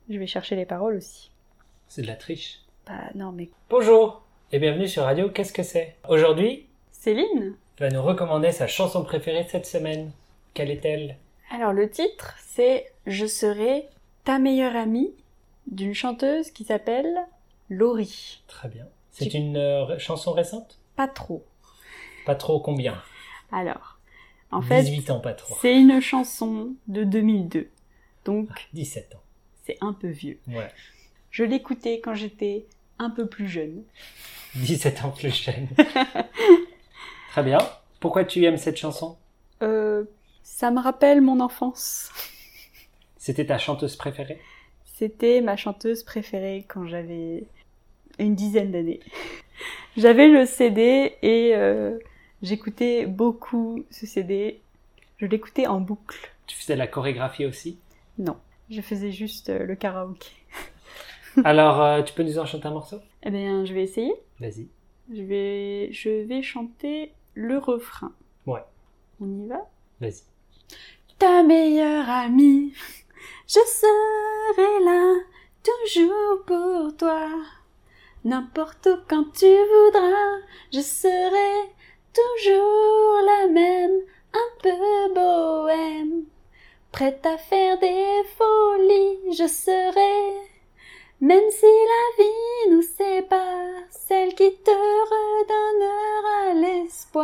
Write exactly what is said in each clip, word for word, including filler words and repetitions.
Je vais chercher les paroles aussi. C'est de la triche. Bah non mais... Bonjour et bienvenue sur Radio Qu'est-ce que c'est? Aujourd'hui, Céline va nous recommander sa chanson préférée cette semaine. Quelle est-elle? Alors le titre, c'est « Je serai ta meilleure amie » d'une chanteuse qui s'appelle Laurie. Très bien. C'est Tu- une euh, chanson récente? Pas trop. Pas trop combien? Alors, en fait, dix-huit ans, pas trop. c'est une chanson de deux mille deux. Donc, Ah, dix-sept ans. c'est un peu vieux. Ouais. Je l'écoutais quand j'étais un peu plus jeune. dix-sept ans plus jeune. Très bien. Pourquoi tu aimes cette chanson? Euh, ça me rappelle mon enfance. C'était ta chanteuse préférée? C'était ma chanteuse préférée quand j'avais une dizaine d'années. J'avais le C D et euh, j'écoutais beaucoup ce C D. Je l'écoutais en boucle. Tu faisais la chorégraphie aussi? Non, je faisais juste euh, le karaoké. Alors, euh, tu peux nous en chanter un morceau? Eh bien, je vais essayer. Vas-y. Je vais, je vais chanter le refrain. Ouais. On y va? Vas-y. Ta meilleure amie, je serai là, toujours pour toi. N'importe où quand tu voudras, je serai toujours la même, un peu bohème. Prête à faire des folies, je serai, même si la vie nous sépare, celle qui te redonnera l'espoir.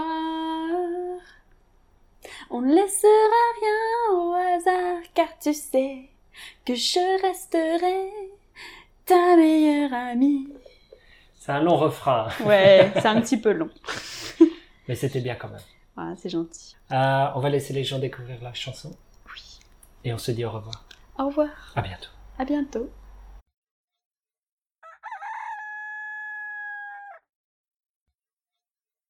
On ne laissera rien au hasard, car tu sais que je resterai ta meilleure amie. C'est un long refrain, Ouais, c'est un petit peu long. mais c'était bien quand même. Voilà, c'est gentil. Euh, on va laisser les gens découvrir la chanson Oui. et on se dit au revoir. Au revoir. À bientôt. À bientôt.